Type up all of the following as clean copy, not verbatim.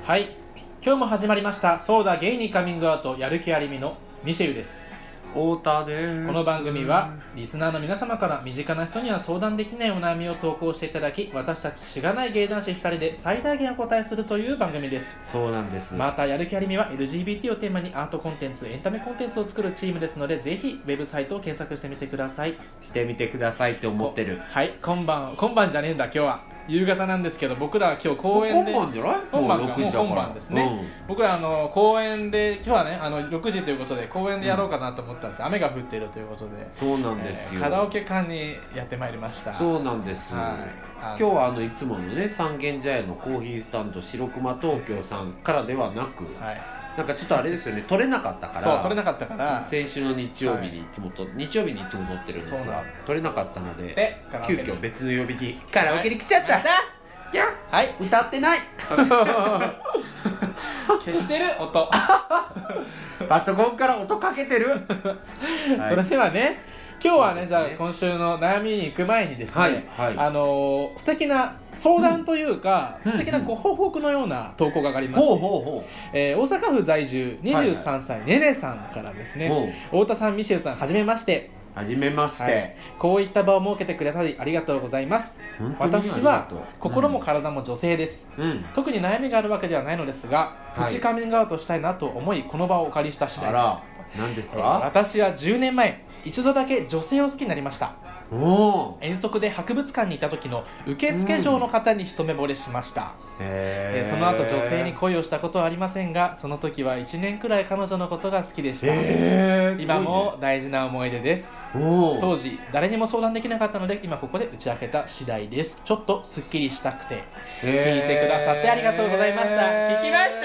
はい、今日も始まりましたそうだゲイにカミングアウトやる気ありみのミシェウです。 太田です。 この番組はリスナーの皆様から身近な人には相談できないお悩みを投稿していただき、私たちしがないゲイ男子2人で最大限お答えするという番組です。 そうなんです。 またやる気ありみは LGBT をテーマにアートコンテンツ、エンタメコンテンツを作るチームですので、ぜひウェブサイトを検索してみてください。 してみてくださいって思ってる。 はい、今晩じゃねえんだ、今日は夕方なんですけど、僕らは今日公園で今晩じゃない？ 今晩もう6時だから。 今晩ですね、僕ら公園で今日はね6時ということで公園でやろうかなと思ったんです、雨が降っているということで。 そうなんですよ、 カラオケ館にやってまいりました。 そうなんです、今日はいつものね三軒茶屋のコーヒースタンド白熊東京さんからではなく、なんかちょっとあれですよね、撮れなかったから。 そう、撮れなかったから先週の日曜日にいつも撮ってるんですが、撮れなかったので急遽別の曜日にカラオケに来ちゃった。いや、はい、歌ってない。 消してる音パソコンから音かけてる、 それではね、今日はね、じゃあ今週の悩みに行く前にですね、素敵な相談というか、素敵なご報告のような投稿が上がりまして、大阪府在住23歳、ねねさんからですね、太田さん、ミシェルさん、はじめまして。 はじめまして、 こういった場を設けてくれたりありがとうございます。私は心も体も女性です、特に悩みがあるわけではないのですが、プチカミングアウトしたいなと思いこの場をお借りした次第です。 何ですか？ 私は10年前一度だけ女性を好きになりました。遠足で博物館にいた時の受付嬢の方に一目惚れしました。その後女性に恋をしたことはありませんが、その時は1年くらい彼女のことが好きでした。今も大事な思い出です。当時誰にも相談できなかったので、今ここで打ち明けた次第です。ちょっとすっきりしたくて聞いてくださってありがとうございました。聞きました。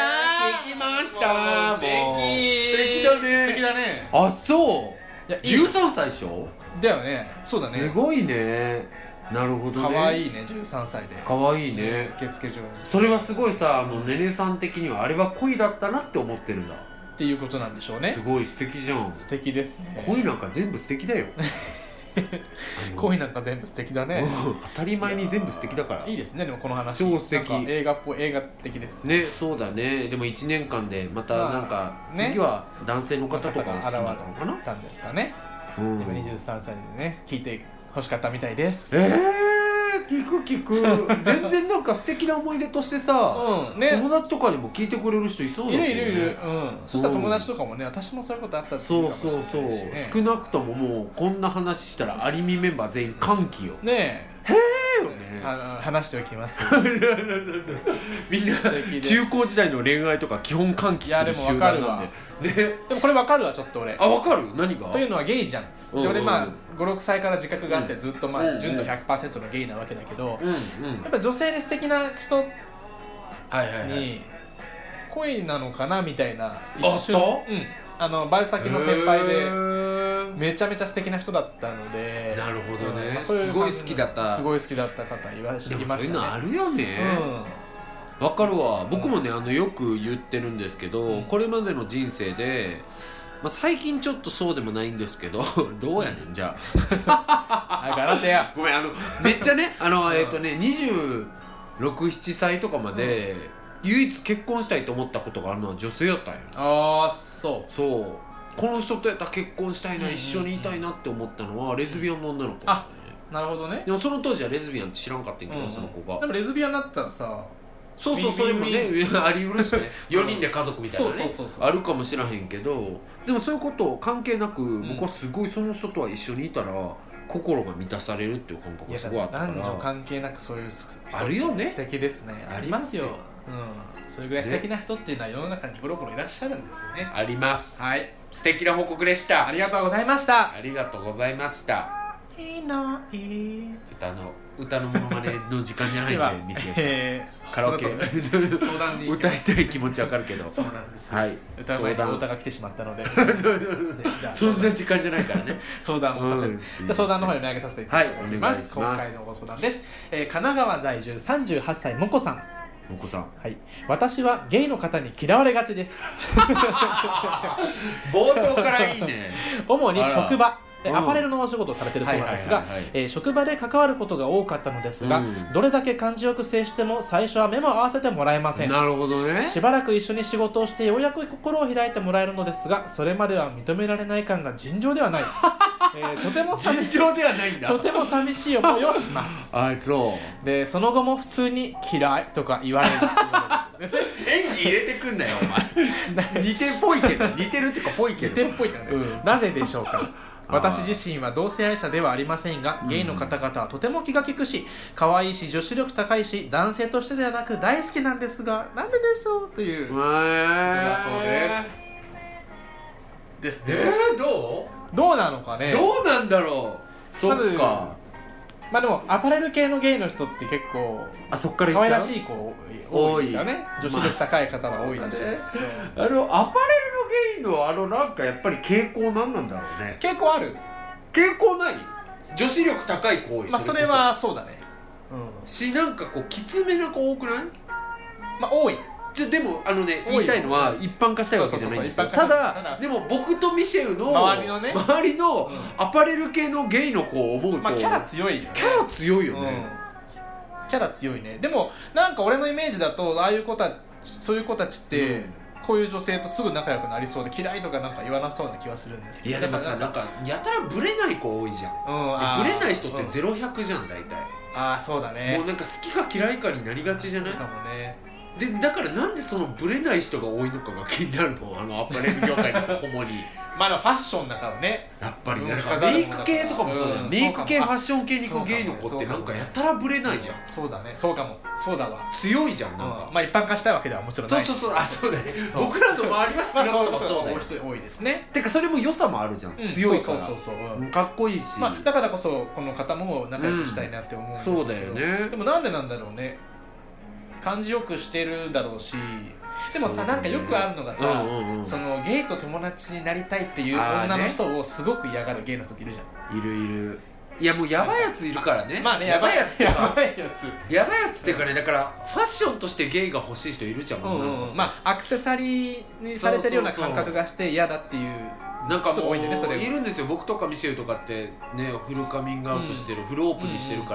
素敵だね。素敵だね。 あ、そう。13歳でしょ？ だよね。そうだね。 すごいね。なるほどね。 可愛いね、13歳で。 可愛いね。 受付嬢。 それはすごいさ、ねねさん的にはあれは恋だったなって思ってるんだ。 っていうことなんでしょうね。 すごい素敵じゃん。素敵ですね。 恋なんか全部素敵だよ。 恋なんか全部素敵だね。 当たり前に全部素敵だから。 いいですね、でもこの話。 超素敵。 映画っぽい、映画的ですね。そうだね。でも1年間でまたなんか次は男性の方とかが好きになったのかな。 たんですかね。今23歳でね、聞いて欲しかったみたいです。 聞く全然なんか素敵な思い出としてさ、友達とかにも聞いてくれる人いそうだよね。 いる。そしたら友達とかもね、私もそういうことあったっていうかもしれないしね。 少なくとももうこんな話したらアリミメンバー全員歓喜よね。よね。 話しておきますみんな中高時代の恋愛とか基本歓喜する集団なんで。 でもこれ分かるわ、ちょっと俺。 分かる？何が？ というのはゲイじゃん。で俺5、6歳から自覚があってずっと純度 100% のゲイなわけだけど、やっぱ女性で素敵な人に恋なのかなみたいな一瞬。バイト先の先輩でめちゃめちゃ素敵な人だったので。 なるほどね。すごい好きだった方いましたね。 でもそういうのあるよね。わかるわ。僕もねよく言ってるんですけど、これまでの人生で最近ちょっとそうでもないんですけどどうやねんじゃあガラセやごめんめっちゃね26、7歳とかまで唯一結婚したいと思ったことがあるのは女性やったんや。そうこの人とやったら結婚したいな、一緒にいたいなって思ったのはレズビアンの女の子だったね。 なるほどね。 でもその当時はレズビアンって知らんかったんやけど、その子が。 でもレズビアンになったらさ、 それもねありうるしね4人で家族みたいなねあるかもしらへんけど、でもそういうこと関係なく僕はすごいその人とは一緒にいたら心が満たされるっていう感覚がすごいあったから。 男女関係なくそういうあるよね。 素敵ですね。ありますよ。それぐらい素敵な人っていうのは世の中にゴロゴロいらっしゃるんですよね。 あります。 はい、 素敵な報告でした。 ありがとうございました。 ありがとうございました。ちょっと歌のモノマネの時間じゃないんでミシェルさん、カラオケ相談に歌いたい気持ちわかるけど、 そうなんです。 歌う前に太田が来てしまったのでそんな時間じゃないからね相談をさせる。じゃあ相談の方に読み上げさせていただきます。今回のご相談です。神奈川在住38歳もこさん。私はゲイの方に嫌われがちです冒頭からいいね主に職場、 アパレルのお仕事をされているそうなんですが、職場で関わることが多かったのですが、どれだけ感じよく接しても最初は目も合わせてもらえません。 なるほどね。 しばらく一緒に仕事をしてようやく心を開いてもらえるのですが、それまでは認められない感が尋常ではない。とても尋常ではないんだ。 とても寂しい思いをします。 そうで、その後も普通に嫌いとか言われる。 演技入れてくんなよお前。似てるっぽいけど、似てるっていうかぽいけど。 似てるっぽいけどね。なぜでしょうか。私自身は同性愛者ではありませんが、ゲイの方々はとても気が利くし、可愛いし女子力高いし、男性としてではなく大好きなんですが、なんででしょうということだそうですね。どうなのかね。 どうなんだろう。そっか。 まあでもアパレル系のゲイの人って結構可愛らしい子多いですからね。女子力高い方は多いらしい。 アパレルのゲイのなんかやっぱり傾向なんなんだろうね。 傾向ある？ 傾向ない？女子力高い子多い。 まあそれはそうだね。 なんかこうきつめな子多くない？ まあ多い。 でも言いたいのは一般化したいわけじゃないんですよ。ただでも僕とミシェルの周りのアパレル系のゲイの子を思うと、 まあキャラ強いよね。 キャラ強いよね。 キャラ強いね。でもなんか俺のイメージだとそういう子たちってこういう女性とすぐ仲良くなりそうで、嫌いとかなんか言わなそうな気はするんですけど。 いやでもさ、なんかやたらブレない子多いじゃん。ブレない人って0-100じゃん大体。 ああそうだね。 もうなんか好きか嫌いかになりがちじゃない？ かもね。 でだからなんでそのブレない人が多いのかが気になるの。アパレル業界のホモに。 まあファッションだからね。 やっぱりね。メイク系とかもそうじゃん。メイク系ファッション系にゲイの子ってなんかやたらブレないじゃん。 そうだね。そうかも。そうだわ。 強いじゃんなんか。 まあ一般化したいわけではもちろんない。 そうだね。僕らの周りは少なくともそうだよ。 多いですね。 てかそれも良さもあるじゃん。強いからかっこいいし。 だからこそこの方も仲良くしたいなって思うんですけど。 そうだよね。 でもなんでなんだろうね。感じよくしてるだろうし、でもさ、なんかよくあるのがさ、そのゲイと友達になりたいっていう女の人をすごく嫌がるゲイの人いるじゃん。 いる。いやもうヤバいやついるからね。 まあね、ヤバいやつっていうかね、だからファッションとしてゲイが欲しい人いるじゃん。 まあアクセサリーにされてるような感覚がして嫌だっていうなんかもういるんですよ。僕とかミシェルとかってね、フルカミングアウトしてる、フルオープンにしてるから、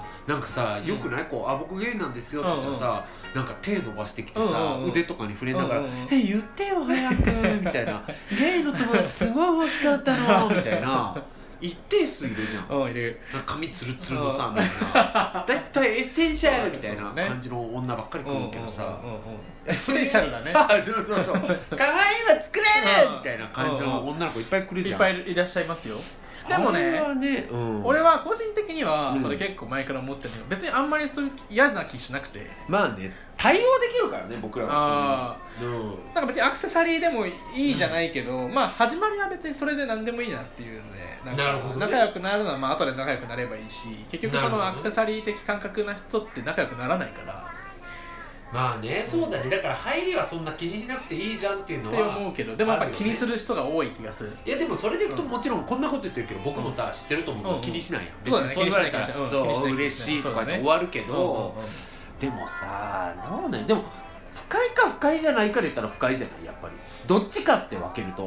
なんかさ、よくないこう僕ゲイなんですよって言ったらさ、なんか手伸ばしてきてさ、腕とかに触れながら言ってよ早くみたいな、ゲイの友達すごい欲しかったのみたいな一定数いるじゃん。いる。髪ツルツルのさみたいな、だいたいエッセンシャルみたいな感じの女ばっかり来るけどさ、 エッセンシャルだね。 そう可愛いは作れるみたいな感じの女の子いっぱい来るじゃん。 いっぱいいらっしゃいますよ。でもね、俺は個人的にはそれ結構前から思ってるけど、別にあんまりそういう嫌な気しなくて。 まあね、対応できるからね僕らは。 なんか別にアクセサリーでもいいじゃないけど、まあ始まりは別にそれで何でもいいなっていうので、なんか仲良くなるのはまあ後で仲良くなればいいし、結局そのアクセサリー的感覚な人って仲良くならないから。 まあね、そうだね。だから入りはそんな気にしなくていいじゃんっていうのはって思うけど、でもやっぱ気にする人が多い気がする。 いやでもそれでいくともちろんこんなこと言ってるけど、僕もさ知ってると思う。気にしないやん。別にそう言われたらそう嬉しいとかで終わるけど、でもさ、どうね。でも不快か不快じゃないかで言ったら不快じゃない。やっぱりどっちかって分けると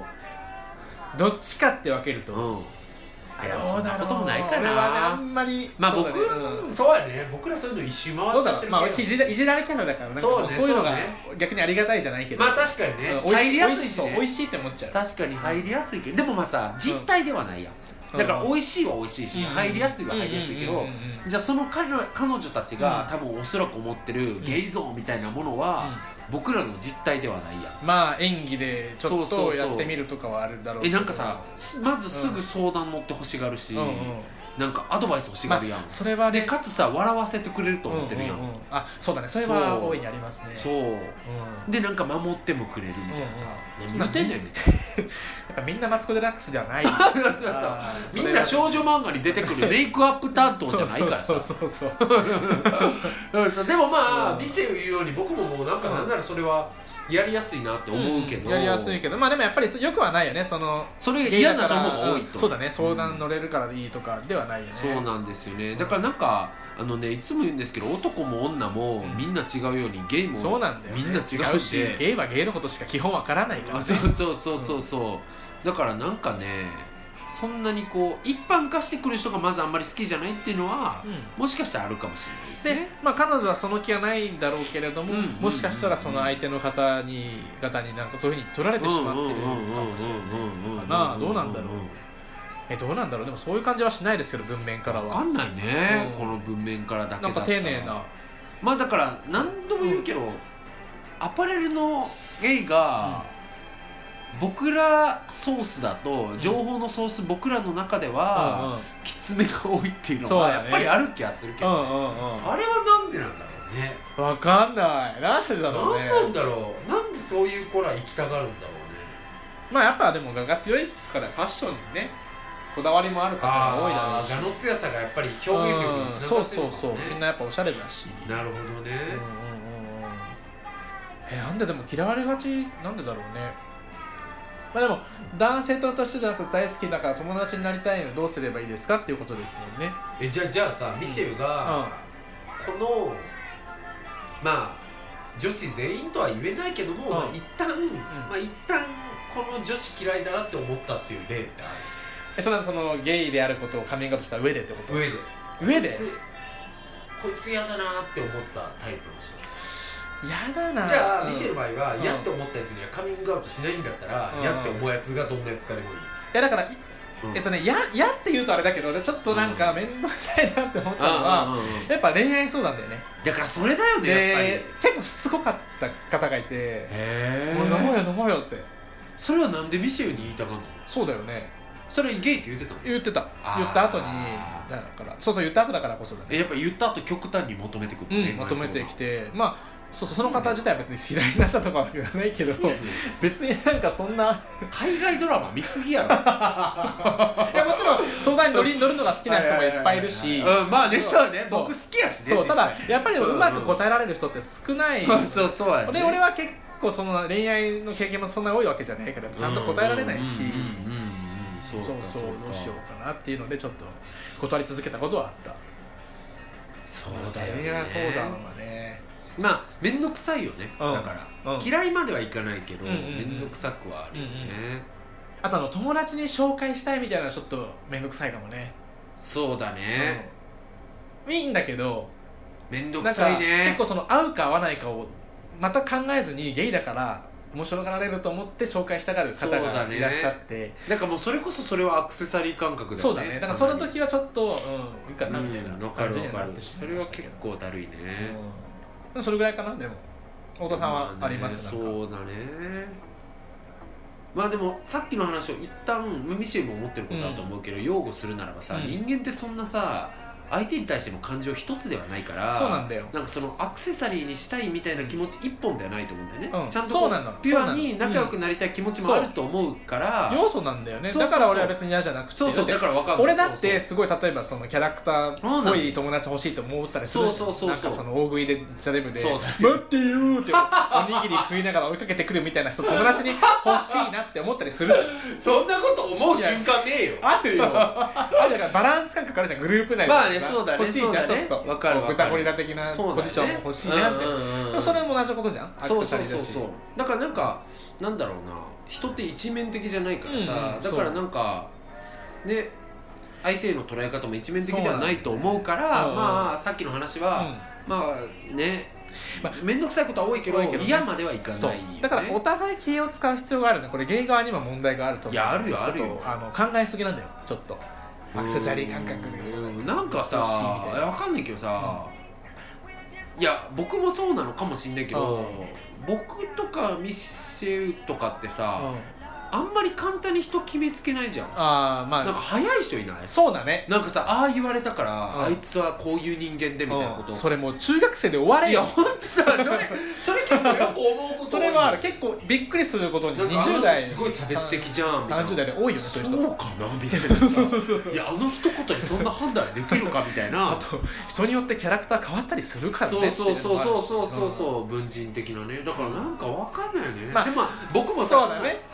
どうだろう。 こともないかな。 俺はね、あんまり。 まあそうやね。僕らそういうの一周回っちゃってるけど。 まあいじられキャラだから、そういうのが逆にありがたいじゃないけど。 まあ確かにね。入りやすいしね。 美味しいって思っちゃう。 確かに入りやすいけど、でもまあさ、実態ではないやん。だから美味しいは美味しいし、入りやすいは入りやすいけど、じゃあその彼女たちが多分おそらく思ってるゲイゾーンみたいなものは僕らの実態ではないやん。 まあ演技でちょっとやってみるとかはあるだろうけど、 なんかさ、まずすぐ相談乗ってほしがるし、なんかアドバイス欲しがるやん。 それはね、 かつさ笑わせてくれると思ってるやん。 あ、そうだね。それは大いにありますね。 そうで、なんか守ってもくれるみたいなさ、何言ってんねんみたいな。 やっぱみんなマツコ・デラックスではない。 みんな少女漫画に出てくるメイクアップ担当じゃないからさ。でもまあミシェル言うように僕ももうなんかなんならそれはやりやすいなって思うけど、 やりやすいけど、まあでもやっぱりよくはないよね。それが嫌な人も多いと。 そうだね。相談乗れるからいいとかではないよね。 そうなんですよね。だからなんかいつも言うんですけど、男も女もみんな違うようにゲイもみんな違うし、 ゲイはゲイのことしか基本わからないからね。 そうだからなんかね、 そんなにこう一般化してくる人がまずあんまり好きじゃないっていうのは、もしかしたらあるかもしれないですね。 で、彼女はその気はないんだろうけれども、もしかしたらその相手の方になんかそういうふうに取られてしまってるかもしれないかな。どうなんだろう。どうなんだろう。でもそういう感じはしないですけど、文面からは。 分かんないね、この文面からだけだったら。 なんか丁寧な。 まあだから何度も言うけど、アパレルのゲイが、僕らソースだと、情報のソース僕らの中では、きつめが多いっていうのはやっぱりある気がするけど、あれはなんでなんだろうね。 分かんない。なんでだろうね。 なんだろう。なんでそういう子ら行きたがるんだろうね。 やっぱでも我が強いからファッションにねこだわりもある方が多いだろうし、 我の強さがやっぱり表現力につながってるもんね。 そうみんなやっぱおしゃれだし。 なるほどね。 なんででも嫌われがちなんでだろうね。でも男性としてだと大好きだから友達になりたいのどうすればいいですかっていうことですもんね。 じゃあさ、ミシェルが、この女子全員とは言えないけども、一旦この女子嫌いだなって思ったっていう例ってある？ そのゲイであることをカミングアウトした上でってこと？上でこいつ嫌だなって思ったタイプの人。 嫌だな。 じゃあミシェルの場合は嫌って思ったやつにはカミングアウトしないんだったら、嫌って思うやつがどんなやつかでもいい。 だから嫌って言うとあれだけど、ちょっとなんか面倒くさいなって思ったのはやっぱ恋愛相談だよね。 だからそれだよね。やっぱり結構しつこかった方がいて、もう飲もうよって。 それはなんでミシェルに言いたかんの？ そうだよね。 それゲイって言ってたの？言った後にだから言った後だからこそだね。 やっぱ言った後極端に求めてくるね。 求めてきて、その方自体は別に嫌いになったとかは言わないけど、別になんかそんな海外ドラマ見すぎやろ。いやもちろん相談に乗るのが好きな人もいっぱいいるし、 そうね、僕好きやしね。 ただやっぱりうまく答えられる人って少ない。 そうやね。 で俺は結構その恋愛の経験もそんな多いわけじゃないからちゃんと答えられないし、どうしようかなっていうのでちょっと断り続けたことはあった。 そうだよね。 恋愛相談はね、 面倒くさいよね。だから嫌いまではいかないけど面倒くさくはあるよね。 あと友達に紹介したいみたいなのはちょっと面倒くさいかもね。 そうだね。 いいんだけど面倒くさいね。 結構合うか合わないかをまた考えずにゲイだから面白がられると思って紹介したがる方がいらっしゃって、 だからもうそれこそそれはアクセサリー感覚だよね。 そうだね。だからその時はちょっといいかなみたいな感じになってしまいましたけど、 それは結構だるいね。 それぐらいかな。でも太田さんはあります？ そうだね。でもさっきの話を一旦ミシェルも思ってることだと思うけど、擁護するならばさ、人間ってそんなさ相手に対しての感情一つではないから、 そうなんだよ。 なんかそのアクセサリーにしたいみたいな気持ち一本ではないと思うんだよね。ちゃんとピュアに仲良くなりたい気持ちもあると思うから、 要素なんだよね。だから俺は別に嫌じゃなくて、 だから分かんない。 俺だってすごい例えばそのキャラクターっぽい友達欲しいと思ったりするし、なんかその大食いでジャデブで待ってよっておにぎり食いながら追いかけてくるみたいな人友達に欲しいなって思ったりする。 そんなこと思う瞬間ねえよ。 あるよ。だからバランス感覚あるじゃん、グループ内で。 そうだね。 欲しいじゃん、ちょっと豚ゴリラ的なポジションも欲しいなって。それも同じことじゃん、アクセサリーだし。 だからなんかなんだろうな、人って一面的じゃないからさ、だからなんかね、相手への捉え方も一面的ではないと思うから、さっきの話はね、面倒くさいことは多いけど嫌まではいかないよね。 だからお互い気を使う必要があるね。これゲイ側にも問題があると思う。 いや、あるよあるよ。 考えすぎなんだよ、ちょっとアクセサリー感覚で。 なんかさ、わかんないけどさ、いや僕もそうなのかもしんないけど、僕とかミシェルとかってさ、あんまり簡単に人決めつけないじゃん。なんか早い人いない？ そうだね。 なんかさ、ああ言われたから、あいつはこういう人間でみたいなこと。 それもう中学生で終われよ。 いやほんとさ、それ結構よく思うこと。 それはある。結構びっくりすることに20代すごい差別的じゃんみたいな。 30代で多いよね、そういう人。 そうかなみたいな。そういや、あの一言にそんな判断できるかみたいな。 あと人によってキャラクター変わったりするからね。 そう文人的なね。だからなんかわかんないよね。でも僕もさ、 そうだね。そういう印象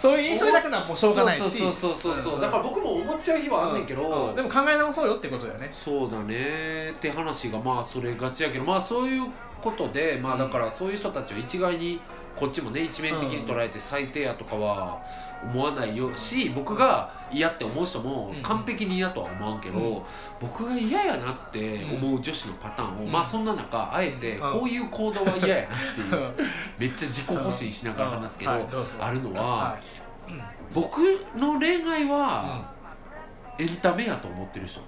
れなくならもうしょうがないし、 そうだから僕も思っちゃう日はあんねんけど、 でも考え直そうよってことだよね。 そうだねって話がまあそれがちやけど、まあそういうことでまあだからそういう人たちを一概にこっちもね一面的に捉えて最低やとかは思わないよし、僕が嫌って思う人も完璧に嫌とは思わんけど、僕が嫌やなって思う女子のパターンを、まあそんな中あえてこういう行動は嫌やなっていうめっちゃ自己保身しながら話すけどあるのは、僕の恋愛はエンタメやと思ってる人。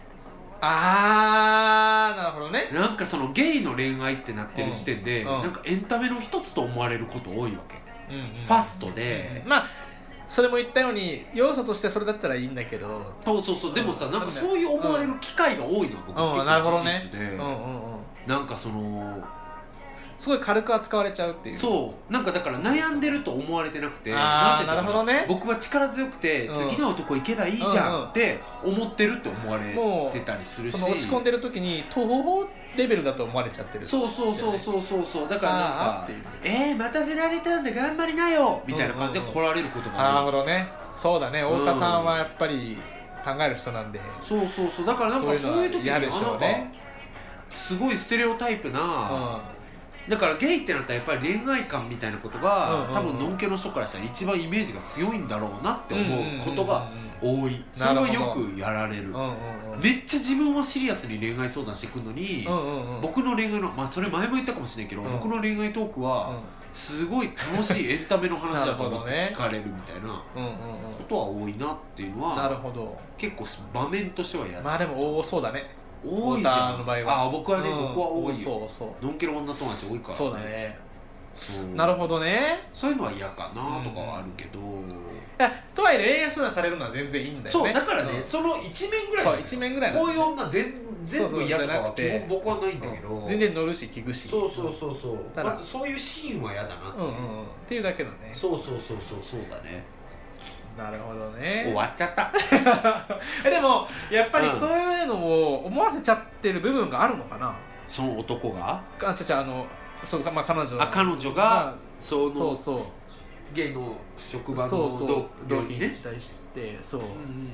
あー、なるほどね。 なんかそのゲイの恋愛ってなってる時点でなんかエンタメの一つと思われること多いわけ。ファストで、 まあそれも言ったように要素としてそれだったらいいんだけど、 そうでもさ、なんかそういう思われる機会が多いのは僕は結構事実で、なんかそのすごい軽く扱われちゃうっていう。 そうなんかだから悩んでると思われてなくて、 なるほどね。 僕は力強くて次の男行けばいいじゃんって思ってるって思われてたりするし、 その落ち込んでる時に東方レベルだと思われちゃってる。 そうだからなんかまた振られたんだ頑張りなよみたいな感じで来られることがある。 なるほどね。そうだね、太田さんはやっぱり考える人なんで、 そうだからなんかそういう時に嫌でしょうね。 すごいステレオタイプな、だからゲイってなったらやっぱり恋愛観みたいなことが多分のんけの人からしたら一番イメージが強いんだろうなって思うことが多い。それはよくやられる。めっちゃ自分はシリアスに恋愛相談してくるのに、僕の恋愛のまあそれ前も言ったかもしれないけど、僕の恋愛トークはすごい楽しいエンタメの話だと思って聞かれるみたいなことは多いなっていうのは結構場面としては嫌だ。 まあでも多そうだね。 多いじゃん。 の場合は僕はね、僕は多いよ。のんけの女友達多いからね。 そうだね。なるほどね。 そういうのは嫌かなとかはあるけど、 とはいえ恋愛相談されるのは全然いいんだよね。 そうだからね、その一面ぐらい、 一面ぐらいこういう女全部嫌とかは基本僕はないんだけど、 全然乗るし聞くし、 そうまずそういうシーンは嫌だなっていうだけだね。 そうだね。 なるほどね。 終わっちゃったでもやっぱりそういうのを思わせちゃってる部分があるのかな、 その男が。 そうか、まあ彼女がそうゲイの職場の同期に対してそう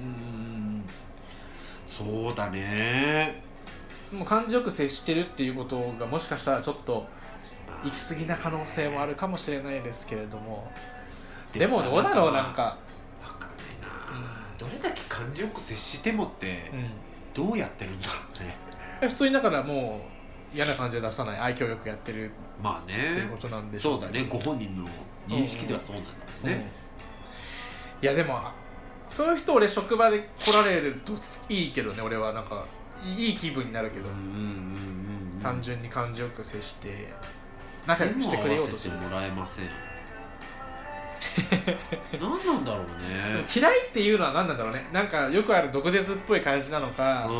だね。 もう感じよく接してるっていうことがもしかしたらちょっと行き過ぎな可能性もあるかもしれないですけれども、でもどうだろう、なんかどれだけ感じよく接してもってどうやってるんだろうね。 普通にだからもう嫌な感じで出さない愛嬌よくやってるまあねっていうことなんでしょう。 そうだね、ご本人の認識ではそうなんだよね。 いやでもそういう人俺職場で来られるといいけどね。俺はなんかいい気分になるけど、単純に感じよく接して仲良くしてくれようとしてもらえません何なんだろうね。 嫌いっていうのは何なんだろうね。なんかよくある毒舌っぽい感じなのか、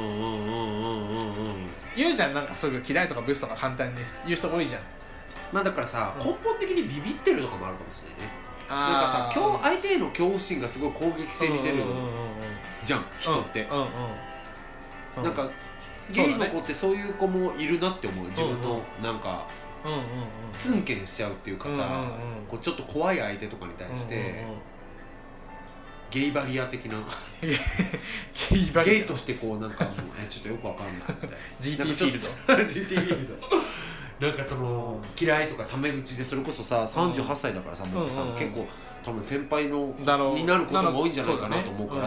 言うじゃん、なんかすぐ嫌いとかブスとか簡単に言う人多いじゃん。 まあだからさ、根本的にビビってるとかもあるかもしれないね。なんかさ、相手への恐怖心がすごい攻撃性に出るじゃん、人って。なんかゲイの子ってそういう子もいるなって思う。自分のなんかツンケンしちゃうっていうかさ、こうちょっと怖い相手とかに対してゲイバリア的なゲイとしてこうなんかちょっとよくわかんないみたいな GT フィールド GT フィールドなんかその嫌いとかタメ口で、それこそさ38歳だからさ、もうさ結構多分先輩のになることも多いんじゃないかなと思うから、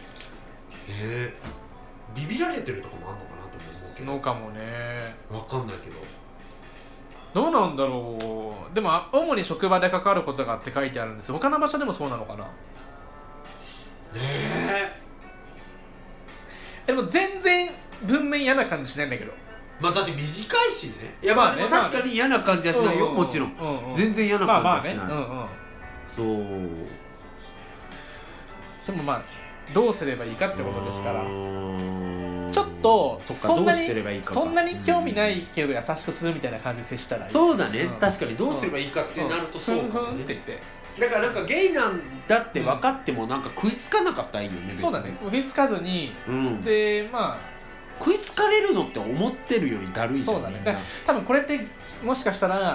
ビビられてるとこもあるのかなと思うけど。 のかもね、 わかんないけどどうなんだろう。でも主に職場で関わることがあって書いてあるんです。他の場所でもそうなのかな。でも全然文面嫌な感じしないんだけど。 まあだって短いしね。いやまあでも確かに嫌な感じはしないよ、もちろん。全然嫌な感じはしない。そうでもまあどうすればいいかってことですから、ちょっとそんなに興味ないけど優しくするみたいな感じで接したらいい。 そうだね、確かにどうすればいいかってなるとそうかもね。だからなんかゲイなんだって分かってもなんか食いつかなかったらいいよね。 そうだね、食いつかずに、でまあ食いつかれるのって思ってるよりだるいじゃん。 そうだね。多分これってもしかしたら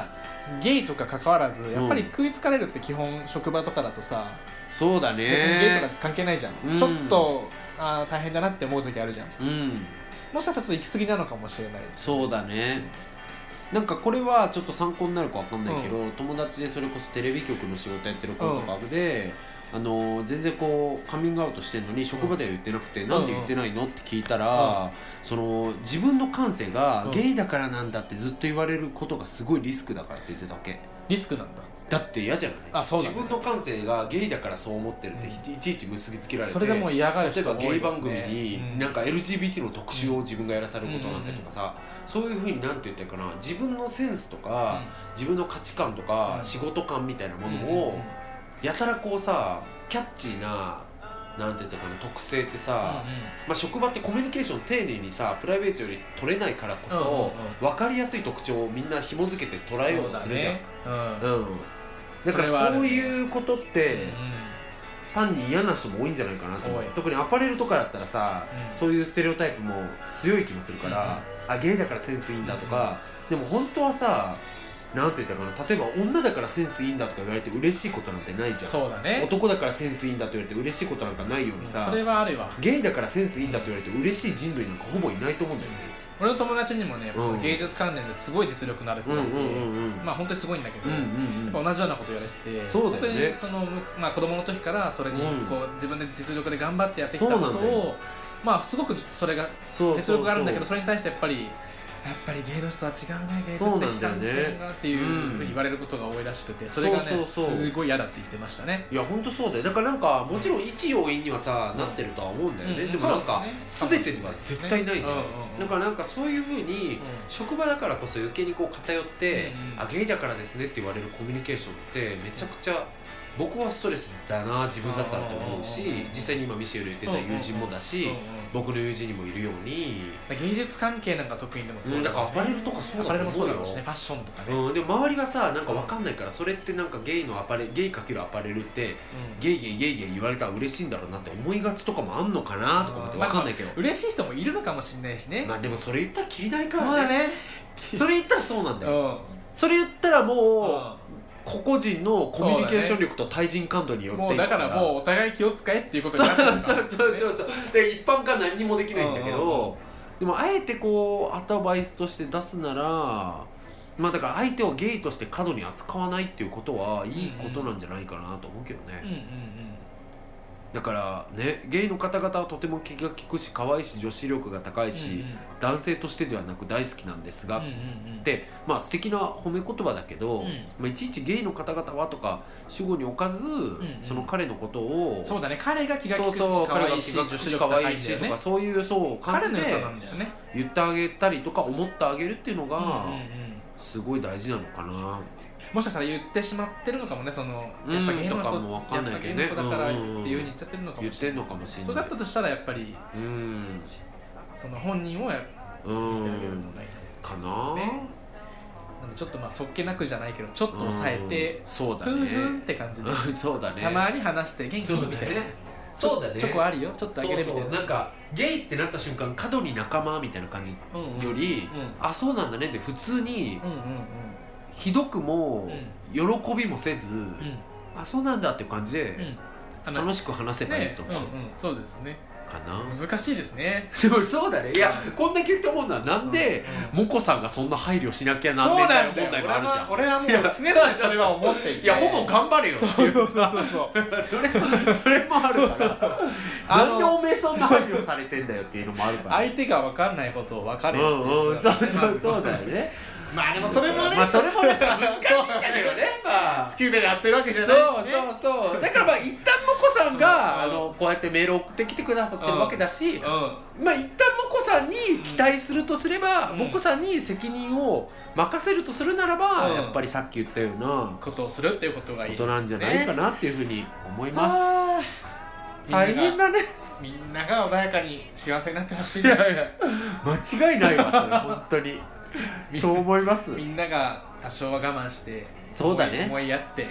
ゲイとか関わらずやっぱり食いつかれるって基本職場とかだとさ、 そうだね、 別にゲイとか関係ないじゃん、ちょっと大変だなって思う時あるじゃん、もしかしたらちょっと行き過ぎなのかもしれないです、 そうだね。なんかこれはちょっと参考になるかわかんないけど、友達でそれこそテレビ局の仕事やってる子とかで、全然こうカミングアウトしてんのに職場では言ってなくて、なんで言ってないのって聞いたら、その自分の感性がゲイだからなんだってずっと言われることがすごいリスクだからって言ってたわけ。 リスクなんだ。 だって嫌じゃない？自分の感性がゲイだからそう思ってるっていちいち結びつけられて、 それでも嫌がる人例えばゲイ番組多いですね、 になんか LGBT の特集を自分がやらされることなんだとかさ、そういうふうになんて言ってるかな、自分のセンスとか、自分の価値観とか、仕事観みたいなものをやたらこうさ、キャッチーななんて言ったかな特性ってさ、まあ、職場ってコミュニケーション丁寧にさプライベートより取れないからこそ、分かりやすい特徴をみんな紐付けて捉えようとするじゃん。だからそういうことって単に嫌な人も多いんじゃないかなと思う。特にアパレルとかだったらさ、そういうステレオタイプも強い気もするから、あ、ゲイだからセンスいいんだとか、でも本当はさ、なんて言ったかな、例えば女だからセンスいいんだとか言われて嬉しいことなんてないじゃん。 そうだね。 男だからセンスいいんだと言われて嬉しいことなんかないようにさ、 それはあるわ。 ゲイだからセンスいいんだと言われて嬉しい人類なんかほぼいないと思うんだよね。 俺の友達にもね、その芸術関連ですごい実力のある子がいて、まあ本当にすごいんだけど、やっぱ同じようなこと言われてて、 そうだよね、 本当にまあ子供の時からそれにこう自分で実力で頑張ってやってきたことを、まあすごくそれが実力があるんだけど、それに対してやっぱりゲイの人は違うね、芸術的観点がっていうふうに言われることが多いらしくて、それがねすごい嫌だって言ってましたね。 いや本当そうだよ。だからなんかもちろん一要因にはさなってるとは思うんだよね。でもなんか全てには絶対ないじゃん。だからなんかそういうふうに職場だからこそ余計にこう偏ってあゲイだからですねって言われるコミュニケーションってめちゃくちゃ僕はストレスだな自分だったらと思うし、実際に今ミシェル言ってた友人もだし、僕の友人にもいるように芸術関係なんか特にでもそうだからアパレルとかそうだと思うよ。アパレルもそうだろうしね、 ファッションとかね。 でも周りがさなんか分かんないから、それってなんかゲイかけるアパレルってゲイ言われたら嬉しいんだろうなって思いがちとかもあんのかなとか思って分かんないけど、 嬉しい人もいるのかもしれないしね。 まあでもそれ言ったらきりないからね。 そうだね。 それ言ったらそうなんだよ。それ言ったらもう個々人のコミュニケーション力と対人感度によって、 もうだからもうお互い気を使えっていうことになってしまう。 そうで一般化何にもできないんだけど、でもあえてこうアドバイスとして出すなら、まあだから相手をゲイとして過度に扱わないっていうことはいいことなんじゃないかなと思うけどね。だからね、ゲイの方々はとても気が利くし可愛いし女子力が高いし、男性としてではなく大好きなんですが、でまあ素敵な褒め言葉だけど、まあ、いちいちゲイの方々はとか主語に置かず、その彼のことをそうだね、彼が気が利くし可愛いし女子力高いしとかそういう感じで言ってあげたりとか思ってあげるっていうのがすごい大事なのかな。 もしかしたら言ってしまってるのかもね、そのやっぱ芸能とかも分かんないけどね、 だからっていうふうに言っちゃってるのかもしれない。 言ってんのかもしれない。 そうだったとしたらやっぱりその本人をやってあげるのがいいかな。なんでちょっとまあそっけなくじゃないけどちょっと抑えて、 そうだね、 ふんふんって感じでそうだね、 たまに話して元気みたいな。 そうだね、 チョコあるよ、ちょっとあげるみたいな。 そうなんかゲイってなった瞬間過度に仲間みたいな感じより、あそうなんだねって普通にひどくも喜びもせず、あそうなんだっていう感じで楽しく話せばいいと思う。 そうですね。 かな。 難しいですね。 でもそうだね。いやこんだけ言って思うのはなんでモコさんがそんな配慮しなきゃなんねんだよ問題もあるじゃん。 俺はもう常々それは思っていて、 いやほぼ頑張れよっていうさ、それもあるからなんでおめえそんな配慮されてんだよっていうのもあるから、 相手が分かんないことを分かれよってそうだよね。 まあでもそれもね、 それもだから難しいんだけどね、まあ好きでやってるわけじゃないしね。 そうだからまあ一旦モコさんがこうやってメールを送ってきてくださってるわけだし、まあ一旦モコさんに期待するとすれば、モコさんに責任を任せるとするならば、やっぱりさっき言ったようなことをするっていうことがいいことなんじゃないかなっていうふうに思います。大変だね。 みんなが穏やかに幸せになってほしい。 いや間違いないわそれ本当に。そう思います。 みんなが多少は我慢して、 そうだね、 思いやって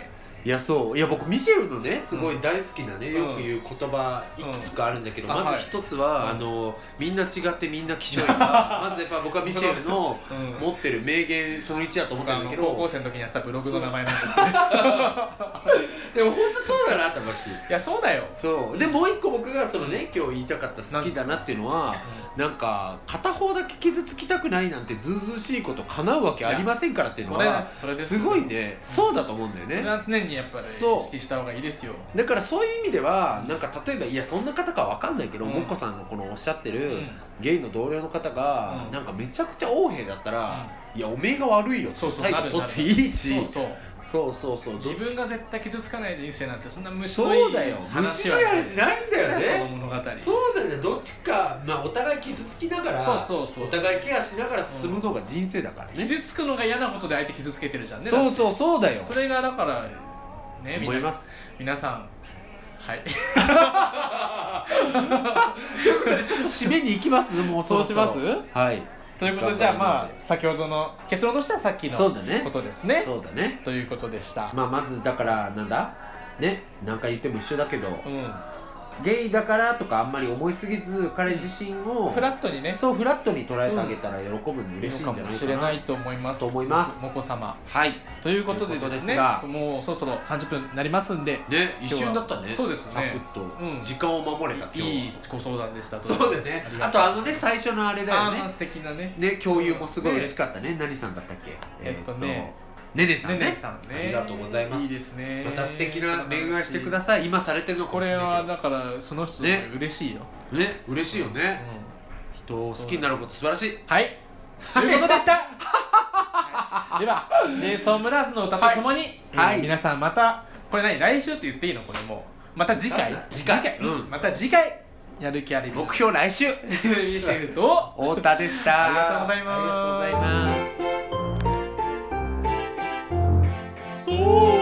いやそういや僕ミシェルのねすごい大好きなね、よく言う言葉いくつかあるんだけど、まず一つは、みんな違ってみんな希少いがまずやっぱ僕はミシェルの持ってる名言その1だと思ってるんだけど、 高校生の時にやったブログの名前なんですねでも本当そうだなって思うし、 いやそうだよ。 そうでもう一個僕がそのね今日言いたかった好きだなっていうのは、なんか片方だけ傷つきたくないなんてずうずうしいこと叶うわけありませんからっていうのはすごいね、そうだと思うんだよね。 それは常にやっぱり意識した方がいいですよ。 だからそういう意味ではなんか例えばいやそんな方かわかんないけど、もっこさんのこのおっしゃってるゲイの同僚の方がなんかめちゃくちゃ横柄だったら、いやおめえが悪いよって態度取っていいし、そう自分が絶対傷つかない人生なんてそんな虫のいい話はないんだよね。 その物語そうだよね。どっちか、まあお互い傷つきながらお互いケアしながら進むのが人生だからね。 傷つくのが嫌なことで相手傷つけてるじゃんね。 そうだよ。 それがだからね、 思います。 皆さんはいということでちょっと締めに行きます。もうそうします。 はい。 ということでじゃあまあ先ほどの結論としてはさっきのことですね。 そうだね。 ということでした。 まあまずだからなんだね、何回言っても一緒だけど、ゲイだからとかあんまり思いすぎず彼自身をフラットにね、 そうフラットに捉えてあげたら喜ぶの嬉しいんじゃないかな、 かもしれないと思います。もこ様。 はい。 ということでですね、もうそろそろ30分になりますんで、 ね、一瞬だったね。 そうですね。 サクッと時間を守れた。 いいご相談でした。 そうだね。あとね最初のあれだよね。 素敵なね。 ね共有もすごい嬉しかったね。何さんだったっけ？ねねさんね。ありがとうございます。 いいですね。 また素敵な恋愛してください。今されてるのかもしれないけど。 これはだからその人ね嬉しいよ。 ね嬉しいよね。人を好きになること素晴らしい。 はい。ということでした。では JSOULBROTHERS の歌とともに皆さんまたこれ来週って言っていいのこれもうまた次回また次回やる気あり目標来週。 ミシェルと太田でした。 ありがとうございます。 ありがとうございます。 そう